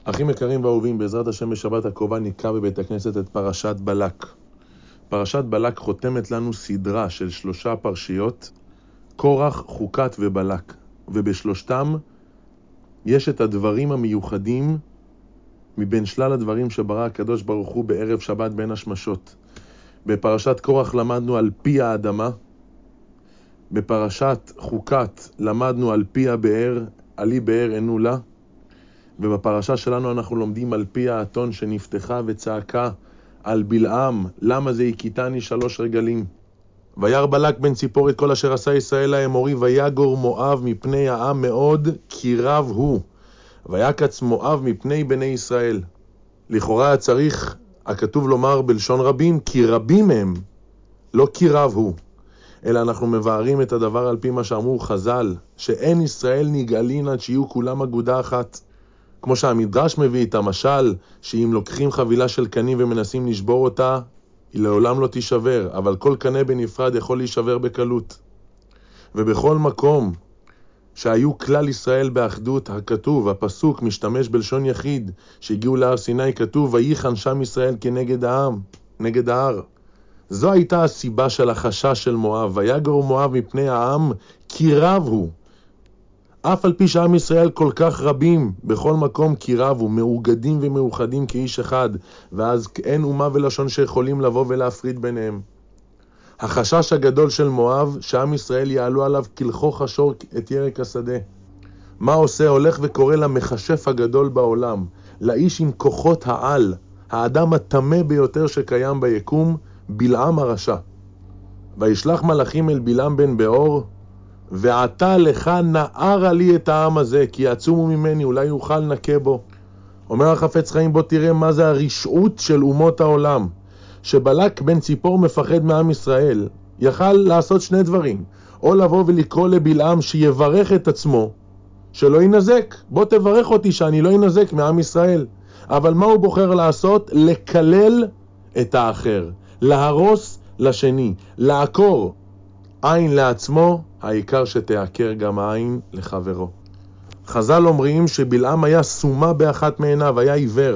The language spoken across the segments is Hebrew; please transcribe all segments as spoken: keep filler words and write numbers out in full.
אחים יקרים ואהובים, בעזרת השם בשבת הקרובה נקרא בבית הכנסת את פרשת בלק. פרשת בלק חותמת לנו סדרה של שלושה פרשיות, קורח, חוקת ובלק, ובשלושתם יש את הדברים המיוחדים מבין שלל הדברים שברא הקדוש ברוך הוא בערב שבת בין השמשות. בפרשת קורח למדנו על פי האדמה, בפרשת חוקת למדנו על פי הבאר, עלי באר ענו לה, ובפרשה שלנו אנחנו לומדים על פי האתון שנפתחה וצעקה על בלעם, למה זה הכיתני שלוש רגלים. וירא בלק בן ציפור את כל אשר עשה ישראל האמורי, ויגור מואב מפני העם מאוד, כי רב הוא. ויקץ מואב מפני בני ישראל. לכאורה צריך הכתוב לומר בלשון רבים, כי רבים הם, לא כי רב הוא. אלא אנחנו מבארים את הדבר על פי מה שאמרו חז"ל, שאין ישראל נגאלין עד שיהיו כולם אגודה אחת. כמו שהמדרש מביא את המשל, שאם לוקחים חבילה של קנים ומנסים לשבור אותה, היא לעולם לא תישבר, אבל כל קנה בנפרד יכול להישבר בקלות. ובכל מקום שהיו כלל ישראל באחדות, הכתוב, הפסוק משתמש בלשון יחיד, שהגיעו להר סיני, כתוב, ויחן שם ישראל כנגד העם, נגד ההר. זו הייתה הסיבה של החשש של מואב, ויגור מואב מפני העם, כי רב הוא. אף על פי שעם ישראל כל כך רבים, בכל מקום כי רבו, מאוגדים ומאוחדים כאיש אחד, ואז אין אומה ולשון שיכולים לבוא ולהפריד ביניהם. החשש הגדול של מואב, שעם ישראל יעלו עליו כלכוך השור את ירק השדה. מה עושה? הולך וקורא למחשף הגדול בעולם, לאיש עם כוחות העל, האדם הטמא ביותר שקיים ביקום, בלעם הרשע. וישלח מלאכים אל בלעם בן באור, ועתה לך נערה לי את העם הזה, כי יעצומו ממני, אולי יוכל נקה בו. אומר החפץ חיים, בוא תראה מה זה הרשעות של אומות העולם. שבלק בן ציפור מפחד מעם ישראל, יכל לעשות שני דברים, או לבוא ולקרוא לבלעם שיברך את עצמו, שלא ינזק, בוא תברך אותי שאני לא ינזק מעם ישראל. אבל מה הוא בוחר לעשות? לקלל את האחר, להרוס לשני, לעקור עין לעצמו, העיקר שתעקר גם העין לחברו. חז"ל אומרים שבלעם היה סומה באחת מעיניו, היה עיוור.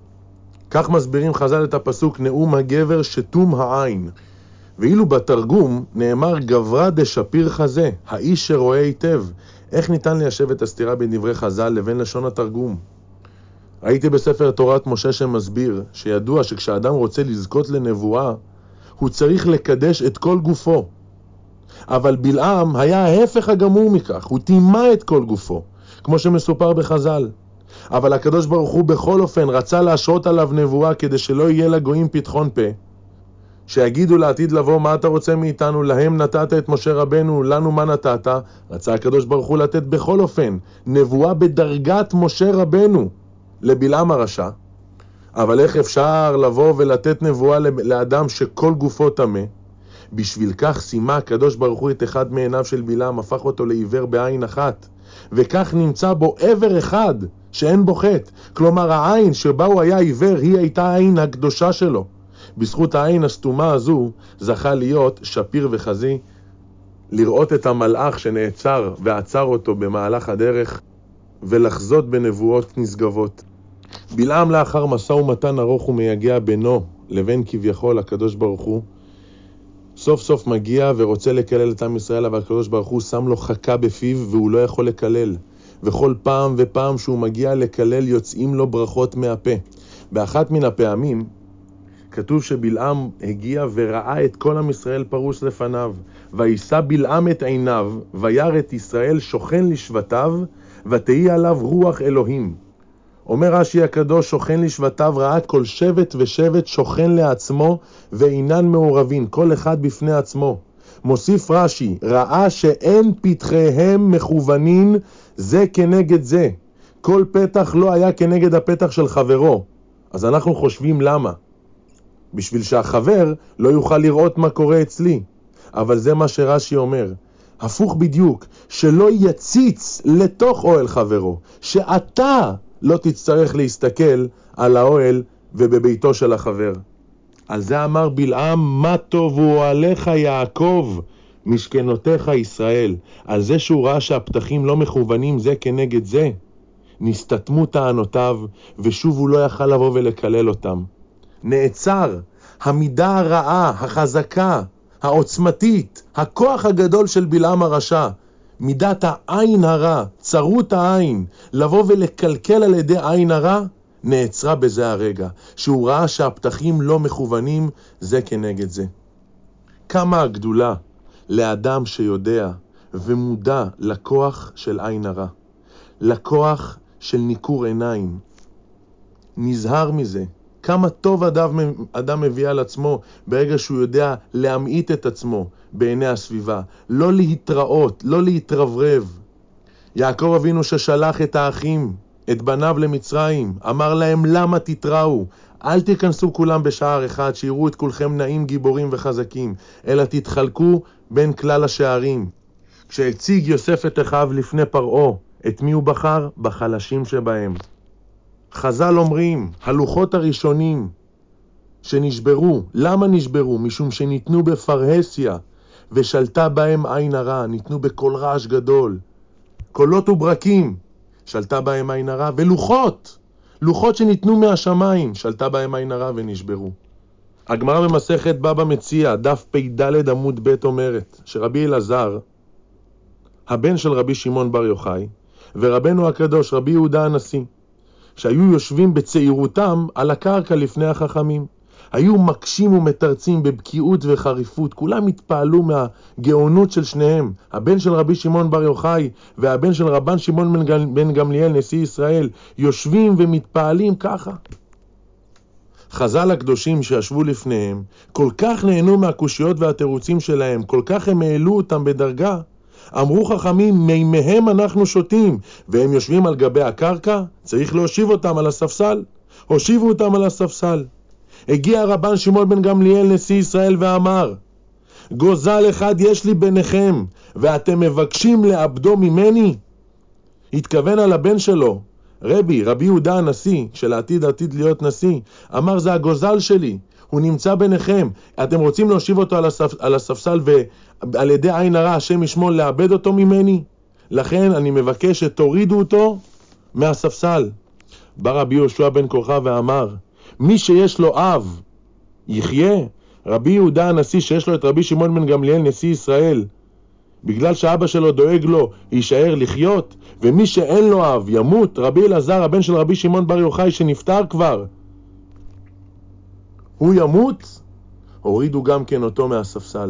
כך מסבירים חז"ל את הפסוק, נאום הגבר שתום העין. ואילו בתרגום נאמר גברא דשפיר חזה, האיש שרואה היטב. איך ניתן ליישב את הסתירה בין דברי חז"ל לבין לשון התרגום? ראיתי בספר תורת משה שמסביר שידוע שכשאדם רוצה לזכות לנבואה, הוא צריך לקדש את כל גופו. אבל בלעם היה ההפך הגמור מכך, הוא טימא את כל גופו, כמו שמסופר בחז"ל. אבל הקדוש ברוך הוא בכל אופן רצה להשרות עליו נבואה, כדי שלא יהיה לגויים פתחון פה, שיגידו לעתיד לבוא, מה אתה רוצה מאיתנו? להם נתת את משה רבנו, לנו מה נתת? רצה הקדוש ברוך הוא לתת בכל אופן נבואה בדרגת משה רבנו לבלעם הרשע. אבל איך אפשר לבוא ולתת נבואה לאדם שכל גופו טמא? בשביל כך שימה הקדוש ברוך הוא את אחד מעיניו של בלעם, הפך אותו לעיוור בעין אחת, וכך נמצא בו עבר אחד שאין בו חטא. כלומר העין שבה הוא היה עיוור היא הייתה העין הקדושה שלו. בזכות העין הסתומה הזו זכה להיות שפיר וחזי, לראות את המלאך שנעצר ועצר אותו במהלך הדרך, ולחזות בנבואות נשגבות. בלעם לאחר משא ומתן ארוך ומייגע בינו לבין כביכול הקדוש ברוך הוא, סוף סוף מגיע ורוצה לקלל את עם ישראל, אבל הקדוש ברוך הוא שם לו חכה בפיו והוא לא יכול לקלל. וכל פעם ופעם שהוא מגיע לקלל יוצאים לו ברכות מהפה. באחת מן הפעמים כתוב שבלעם הגיע וראה את כל עם ישראל פרוס לפניו. וישא בלעם את עיניו וירא את ישראל שוכן לשבטיו, ותהי עליו רוח אלוהים. אומר רש"י הקדוש, שוכן לשבטיו, ראה כל שבט ושבט שוכן לעצמו ואינן מעורבים, כל אחד בפני עצמו. מוסיף רש"י, ראה שאין פתחיהם מכוונים זה כנגד זה, כל פתח לא היה כנגד הפתח של חברו. אז אנחנו חושבים למה? בשביל שהחבר לא יוכל לראות מה קורה אצלי. אבל זה מה שרש"י אומר, הפוך בדיוק, שלא יציץ לתוך אוהל חברו, שאתה לא תצטרך להסתכל על האוהל ובביתו של החבר. על זה אמר בלעם, מה טוב הוא עליך יעקב, משכנותיך ישראל. על זה שהוא ראה שהפתחים לא מכוונים זה כנגד זה, נסתתמו טענותיו, ושוב הוא לא יכל לבוא ולקלל אותם. נעצר המידה הרעה, החזקה, העוצמתית, הכוח הגדול של בלעם הרשע, מידת העין הרע, צרות העין, לבוא ולקלקל על ידי עין הרע, נעצרה בזה הרגע, שהוא ראה שהפתחים לא מכוונים זה כנגד זה. כמה הגדולה לאדם שיודע ומודע לכוח של עין הרע, לכוח של ניכור עיניים. נזהר מזה. כמה טוב אדם, אדם מביא על עצמו ברגע שהוא יודע להמעיט את עצמו בעיני הסביבה, לא להתראות, לא להתרברב. יעקב אבינו ששלח את האחים, את בניו למצרים, אמר להם למה תתראו, אל תיכנסו כולם בשער אחד שיראו את כולכם נעים גיבורים וחזקים, אלא תתחלקו בין כלל השערים. כשהציג יוסף את אחיו לפני פרעה, את מי הוא בחר? בחלשים שבהם. חז"ל אומרים, הלוחות הראשונים שנשברו, למה נשברו? משום שניתנו בפרהסיה ושלטה בהם עין הרע, ניתנו בכל רעש גדול, קולות וברקים, שלטה בהם עין הרע, ולוחות, לוחות שניתנו מהשמיים, שלטה בהם עין הרע ונשברו. הגמרא במסכת בבא מציעא, דף פ"ד עמוד ב' אומרת, שרבי אלעזר, הבן של רבי שמעון בר יוחאי, ורבנו הקדוש רבי יהודה הנשיא, שהיו יושבים בצעירותם על הקרקע לפני החכמים, היו מקשים ומתרצים בבקיאות וחריפות, כולם התפעלו מהגאונות של שניהם, הבן של רבי שמעון בר יוחאי והבן של רבן שמעון בן גמליאל נשיא ישראל, יושבים ומתפעלים ככה. חז"ל הקדושים שישבו לפניהם כל כך נהנו מהקושיות והתירוצים שלהם, כל כך הם העלו אותם בדרגה, אמרו חכמים, מימיהם אנחנו שותים, והם יושבים על גבי הקרקע, צריך להושיב אותם על הספסל. הושיבו אותם על הספסל. הגיע רבן שמעון בן גמליאל נשיא ישראל ואמר, גוזל אחד יש לי ביניכם, ואתם מבקשים לאבדו ממני? התכוון על הבן שלו, רבי, רבי יהודה הנשיא, שלעתיד עתיד להיות נשיא, אמר זה הגוזל שלי, הוא נמצא ביניכם, אתם רוצים להושיב אותו על, הספ... על הספסל ועל ידי עין הרע השם ישמור לאבד אותו ממני? לכן אני מבקש שתורידו אותו מהספסל. בא רבי יהושע בן כורחה ואמר, מי שיש לו אב יחיה. רבי יהודה הנשיא שיש לו את רבי שמעון בן גמליאל נשיא ישראל, בגלל שאבא שלו דואג לו יישאר לחיות, ומי שאין לו אב ימות. רבי אלעזר הבן של רבי שמעון בר יוחאי שנפטר כבר, הוא ימות? הורידו גם כן אותו מהספסל.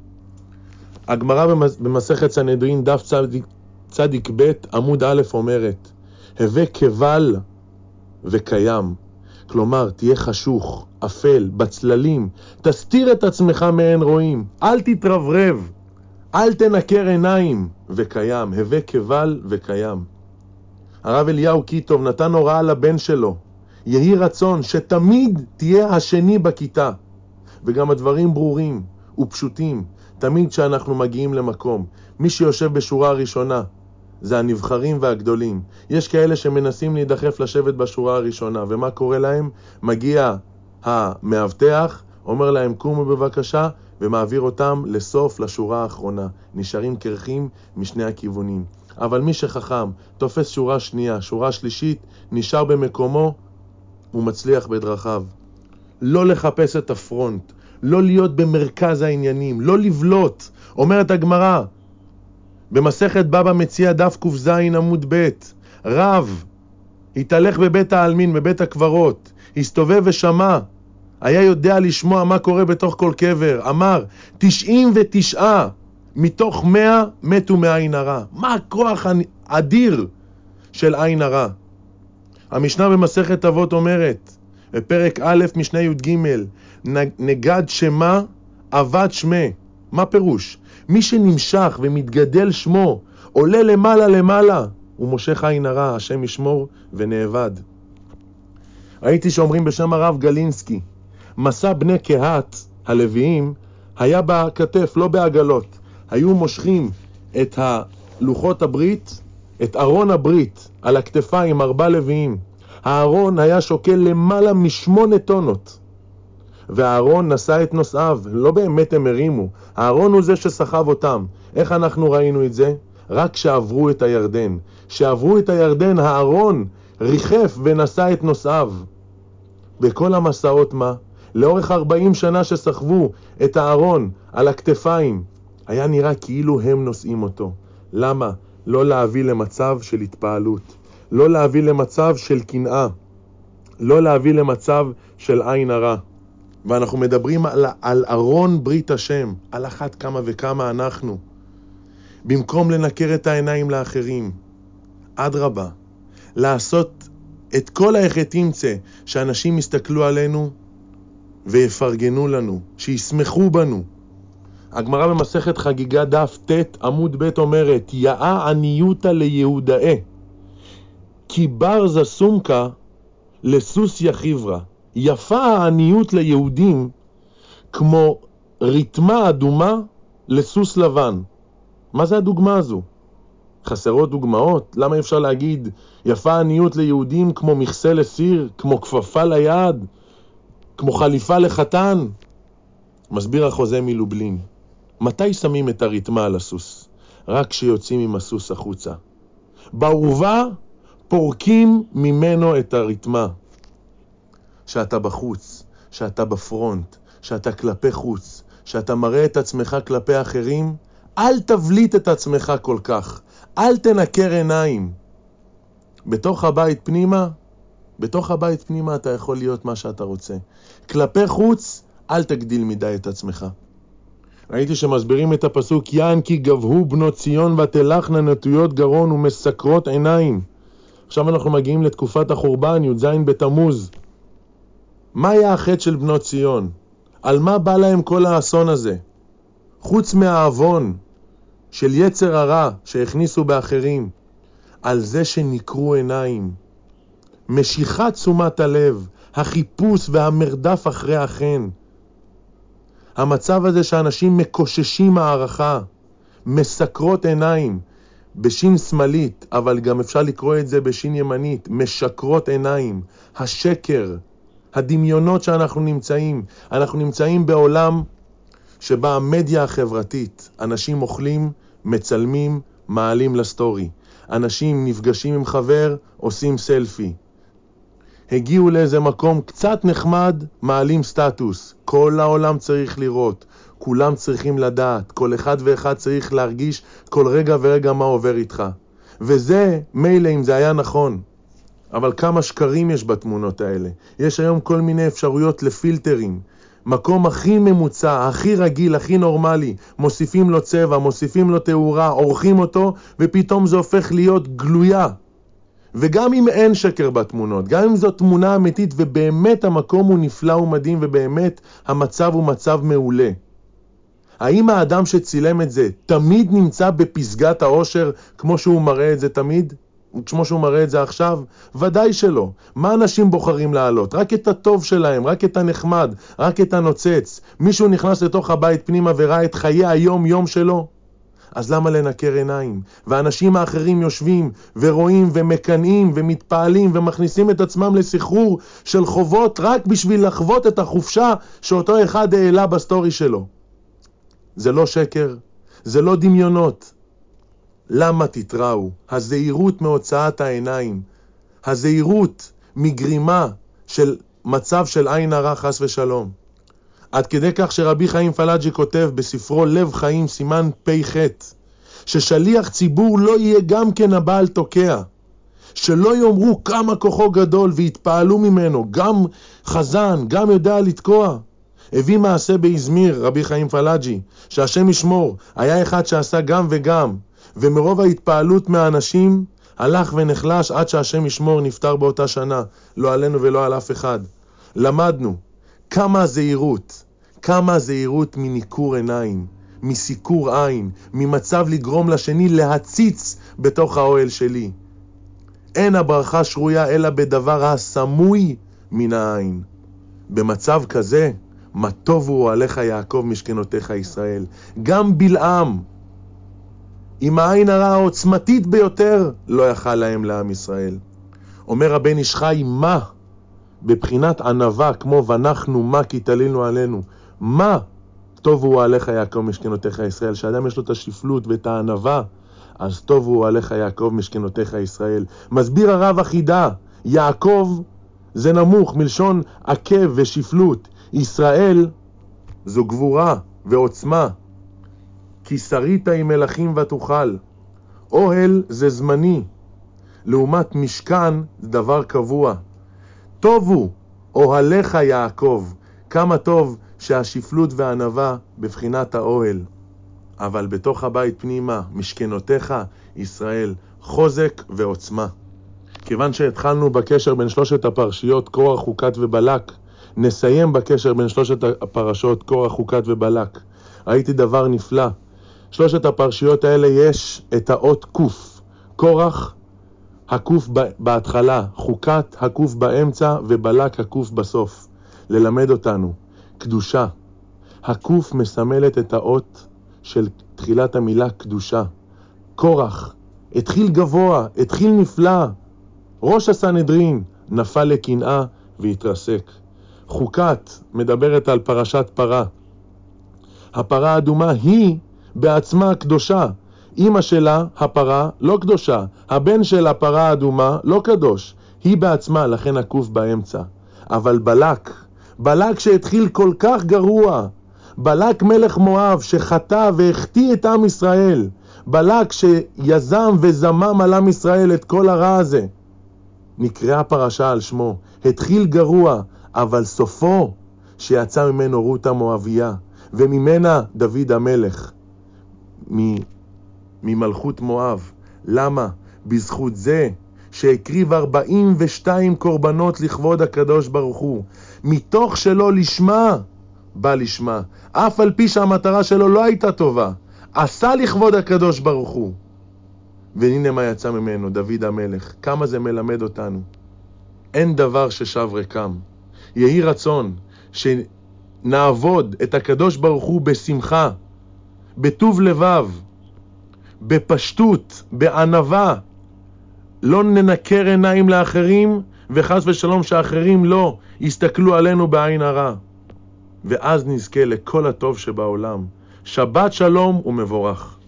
הגמרא במסכת סנהדרין דף צדיק, צדיק ב' עמוד א' אומרת, הווה כבל וקיים, כלומר תהיה חשוך, אפל, בצללים, תסתיר את עצמך מעין רואים, אל תתרברב, אל תנקר עיניים, וקיים, הווה כבל וקיים. הרב אליהו קיטוב נתן הוראה לבן שלו, יהי רצון שתמיד תהיה השני בכיתה, וגם הדברים ברורים ופשוטים, תמיד שאנחנו מגיעים למקום. מי שיושב בשורה הראשונה זה הנבחרים והגדולים. יש כאלה שמנסים להידחף לשבת בשורה הראשונה, ומה קורה להם? מגיע המאבטח, אומר להם קומו בבקשה, ומעביר אותם לסוף לשורה האחרונה. נשארים קרחים משני הכיוונים. אבל מי שחכם תופס שורה שנייה, שורה שלישית, נשאר במקומו, הוא מצליח בדרכיו. לא לחפש את הפרונט, לא להיות במרכז העניינים, לא לבלוט. אומרת הגמרא במסכת בבא מציעא דף ק"ז עמוד ב', רב התהלך בבית העלמין, בבית הקברות, הסתובב ושמע, היה יודע לשמוע מה קורה בתוך כל קבר. אמר, תשעים ותשעה מתוך מאה מתו מעין הרע. מה הכוח האדיר של עין הרע? המשנה במסכת אבות אומרת, בפרק א' משנה י"ג, נגד שמה עבד שמה. מה פירוש? מי שנמשך ומתגדל שמו, עולה למעלה למעלה, הוא מושך עין הרע, השם ישמור ונאבד. ראיתי שאומרים בשם הרב גלינסקי, מסע בני קהת הלוויים היה בכתף, לא בעגלות. היו מושכים את הלוחות הברית, את ארון הברית, על הכתפיים, ארבע לוויים. הארון היה שוקל למעלה משמונה טונות, והארון נשא את נושאיו, לא באמת הם הרימו, הארון הוא זה שסחב אותם. איך אנחנו ראינו את זה? רק שעברו את הירדן. שעברו את הירדן, הארון ריחף ונשא את נושאיו. בכל המסעות מה? לאורך ארבעים שנה שסחבו את הארון על הכתפיים, היה נראה כאילו הם נושאים אותו. למה? לא להביא למצב של התפעלות, לא להביא למצב של קנאה, לא להביא למצב של עין הרע. ואנחנו מדברים על, על ארון ברית השם, על אחת כמה וכמה אנחנו. במקום לנקר את העיניים לאחרים, אדרבה, לעשות את כל היחתימצה שאנשים יסתכלו עלינו ויפרגנו לנו, שישמחו בנו. הגמרא במסכת חגיגה דף ת' עמוד ב' אומרת, יאה עניותא ליהודאה, כי בר זסומקה לסוס יחיברה. יפה העניות ליהודים כמו ריתמה אדומה לסוס לבן. מה זה הדוגמה הזו? חסרות דוגמאות? למה אפשר להגיד יפה העניות ליהודים כמו מכסה לסיר, כמו כפפה ליד, כמו חליפה לחתן? מסביר החוזה מלובלין, מתי שמים את הריתמה על הסוס? רק כשיוצאים עם הסוס החוצה. בעורבה פורקים ממנו את הריתמה. שאתה בחוץ, שאתה בפרונט, שאתה כלפי חוץ, שאתה מראה את עצמך כלפי אחרים, אל תבליט את עצמך כל כך, אל תנקר עיניים. בתוך הבית פנימה, בתוך הבית פנימה אתה יכול להיות מה שאתה רוצה. כלפי חוץ, אל תגדיל מדי את עצמך. ראיתי שמסבירים את הפסוק, יען כי גבהו בנות ציון ותלכנה נטויות גרון ומסקרות עיניים. עכשיו אנחנו מגיעים לתקופת החורבן, י"ז בתמוז. מה היה החטא של בנות ציון? על מה בא להם כל האסון הזה? חוץ מהאבון של יצר הרע שהכניסו באחרים, על זה שנקרו עיניים. משיכת תשומת הלב, החיפוש והמרדף אחרי החן. המצב הזה שאנשים מקוששים הערכה, מסקרות עיניים, בשין שמאלית, אבל גם אפשר לקרוא את זה בשין ימנית, משקרות עיניים, השקר, הדמיונות שאנחנו נמצאים. אנחנו נמצאים בעולם שבה המדיה החברתית, אנשים אוכלים, מצלמים, מעלים לסטורי. אנשים נפגשים עם חבר, עושים סלפי. הגיעו לאיזה מקום קצת נחמד, מעלים סטטוס. כל העולם צריך לראות, כולם צריכים לדעת, כל אחד ואחד צריך להרגיש כל רגע ורגע מה עובר איתך. וזה מילא אם זה היה נכון. אבל כמה שקרים יש בתמונות האלה. יש היום כל מיני אפשרויות לפילטרים. מקום הכי ממוצע, הכי רגיל, הכי נורמלי, מוסיפים לו צבע, מוסיפים לו תאורה, עורכים אותו, ופתאום זה הופך להיות גלויה. וגם אם אין שקר בתמונות, גם אם זו תמונה אמיתית, ובאמת המקום הוא נפלא ומדהים, ובאמת המצב הוא מצב מעולה. האם האדם שצילם את זה תמיד נמצא בפסגת האושר כמו שהוא מראה את זה תמיד? כמו שהוא מראה את זה עכשיו? ודאי שלא. מה אנשים בוחרים לעלות? רק את הטוב שלהם, רק את הנחמד, רק את הנוצץ. מישהו נכנס לתוך הבית פנימה וראה את חיי היום יום שלו? אז למה לנקר עיניים? ואנשים האחרים יושבים ורואים ומקנאים ומתפעלים ומכניסים את עצמם לסחרור של חובות רק בשביל לחוות את החופשה שאותו אחד העלה בסטורי שלו. זה לא שקר, זה לא דמיונות. למה תתראו? הזהירות מהוצאת העיניים, הזהירות מגרימה של מצב של עין הרע חס ושלום. עד כדי כך שרבי חיים פלאג'י כותב בספרו לב חיים סימן פי חט, ששליח ציבור לא יהיה גם כן הבעל תוקע, שלא יאמרו כמה כוחו גדול והתפעלו ממנו, גם חזן, גם יודע לתקוע. הביא מעשה באזמיר רבי חיים פלאג'י, שהשם ישמור, היה אחד שעשה גם וגם, ומרוב ההתפעלות מהאנשים הלך ונחלש עד שהשם ישמור נפטר באותה שנה, לא עלינו ולא על אף אחד. למדנו כמה זהירות, כמה זהירות מניקור עיניים, מסיקור עין, ממצב לגרום לשני להציץ בתוך האוהל שלי. אין הברכה שרויה אלא בדבר הסמוי מן העין. במצב כזה, מה טוב הוא עליך יעקב משכנותיך ישראל. גם בלעם, עם העין הרע העוצמתית ביותר, לא יכל להם לעם ישראל. אומר הבן איש חי, מה? בבחינת ענבה, כמו ואנחנו מה כי תלינו עלינו. מה טוב הוא עליך יעקב משכנותיך ישראל, שאדם יש לו את השפלות ואת הענבה, אז טובו עליך יעקב משכנותיך ישראל. מסביר הרב החידה, יעקב זה נמוך מלשון עקב ושפלות. ישראל זו גבורה ועוצמה. כי שרית עם מלכים ותוכל. אוהל זה זמני, לעומת משכן זה דבר קבוע. טובו אוהליך יעקב, כמה טוב שהשפלות והענווה בבחינת האוהל. אבל בתוך הבית פנימה, משכנותיך ישראל, חוזק ועוצמה. כיוון שהתחלנו בקשר בין שלושת הפרשיות, קורח, חוקת ובלק, נסיים בקשר בין שלושת הפרשות, קורח, חוקת ובלק. ראיתי דבר נפלא. שלושת הפרשיות האלה יש את האות קוף. קורח, הקוף בהתחלה, חוקת, הקוף באמצע, ובלק, הקוף בסוף. ללמד אותנו. קדושה. הקוף מסמלת את האות של תחילת המילה קדושה. קורח, התחיל גבוה, התחיל נפלא. ראש הסנהדרין נפל לקנאה והתרסק. חוקת מדברת על פרשת פרה. הפרה האדומה היא בעצמה קדושה. אמא שלה, הפרה, לא קדושה. הבן של הפרה האדומה לא קדוש. היא בעצמה, לכן הקוף באמצע. אבל בלק, בלק שהתחיל כל כך גרוע, בלק מלך מואב שחטא והחטיא את עם ישראל, בלק שיזם וזמם על עם ישראל את כל הרע הזה, נקראה פרשה על שמו. התחיל גרוע, אבל סופו שיצא ממנו רות המואביה, וממנה דוד המלך, ממלכות מואב. למה? בזכות זה שהקריב ארבעים ושתיים קורבנות לכבוד הקדוש ברוך הוא, מתוך שלא לשמה בא לשמה, אף על פי שהמטרה שלו לא הייתה טובה, עשה לכבוד הקדוש ברוך הוא, והנה מה יצא ממנו, דוד המלך. כמה זה מלמד אותנו, אין דבר ששב ריקם. יהי רצון שנעבוד את הקדוש ברוך הוא בשמחה, בטוב לבב, בפשטות, בענווה, לא ננקר עיניים לאחרים, וחס ושלום שאחרים לא יסתכלו עלינו בעין הרע, ואז נזכה לכל הטוב שבעולם. שבת שלום ומבורך.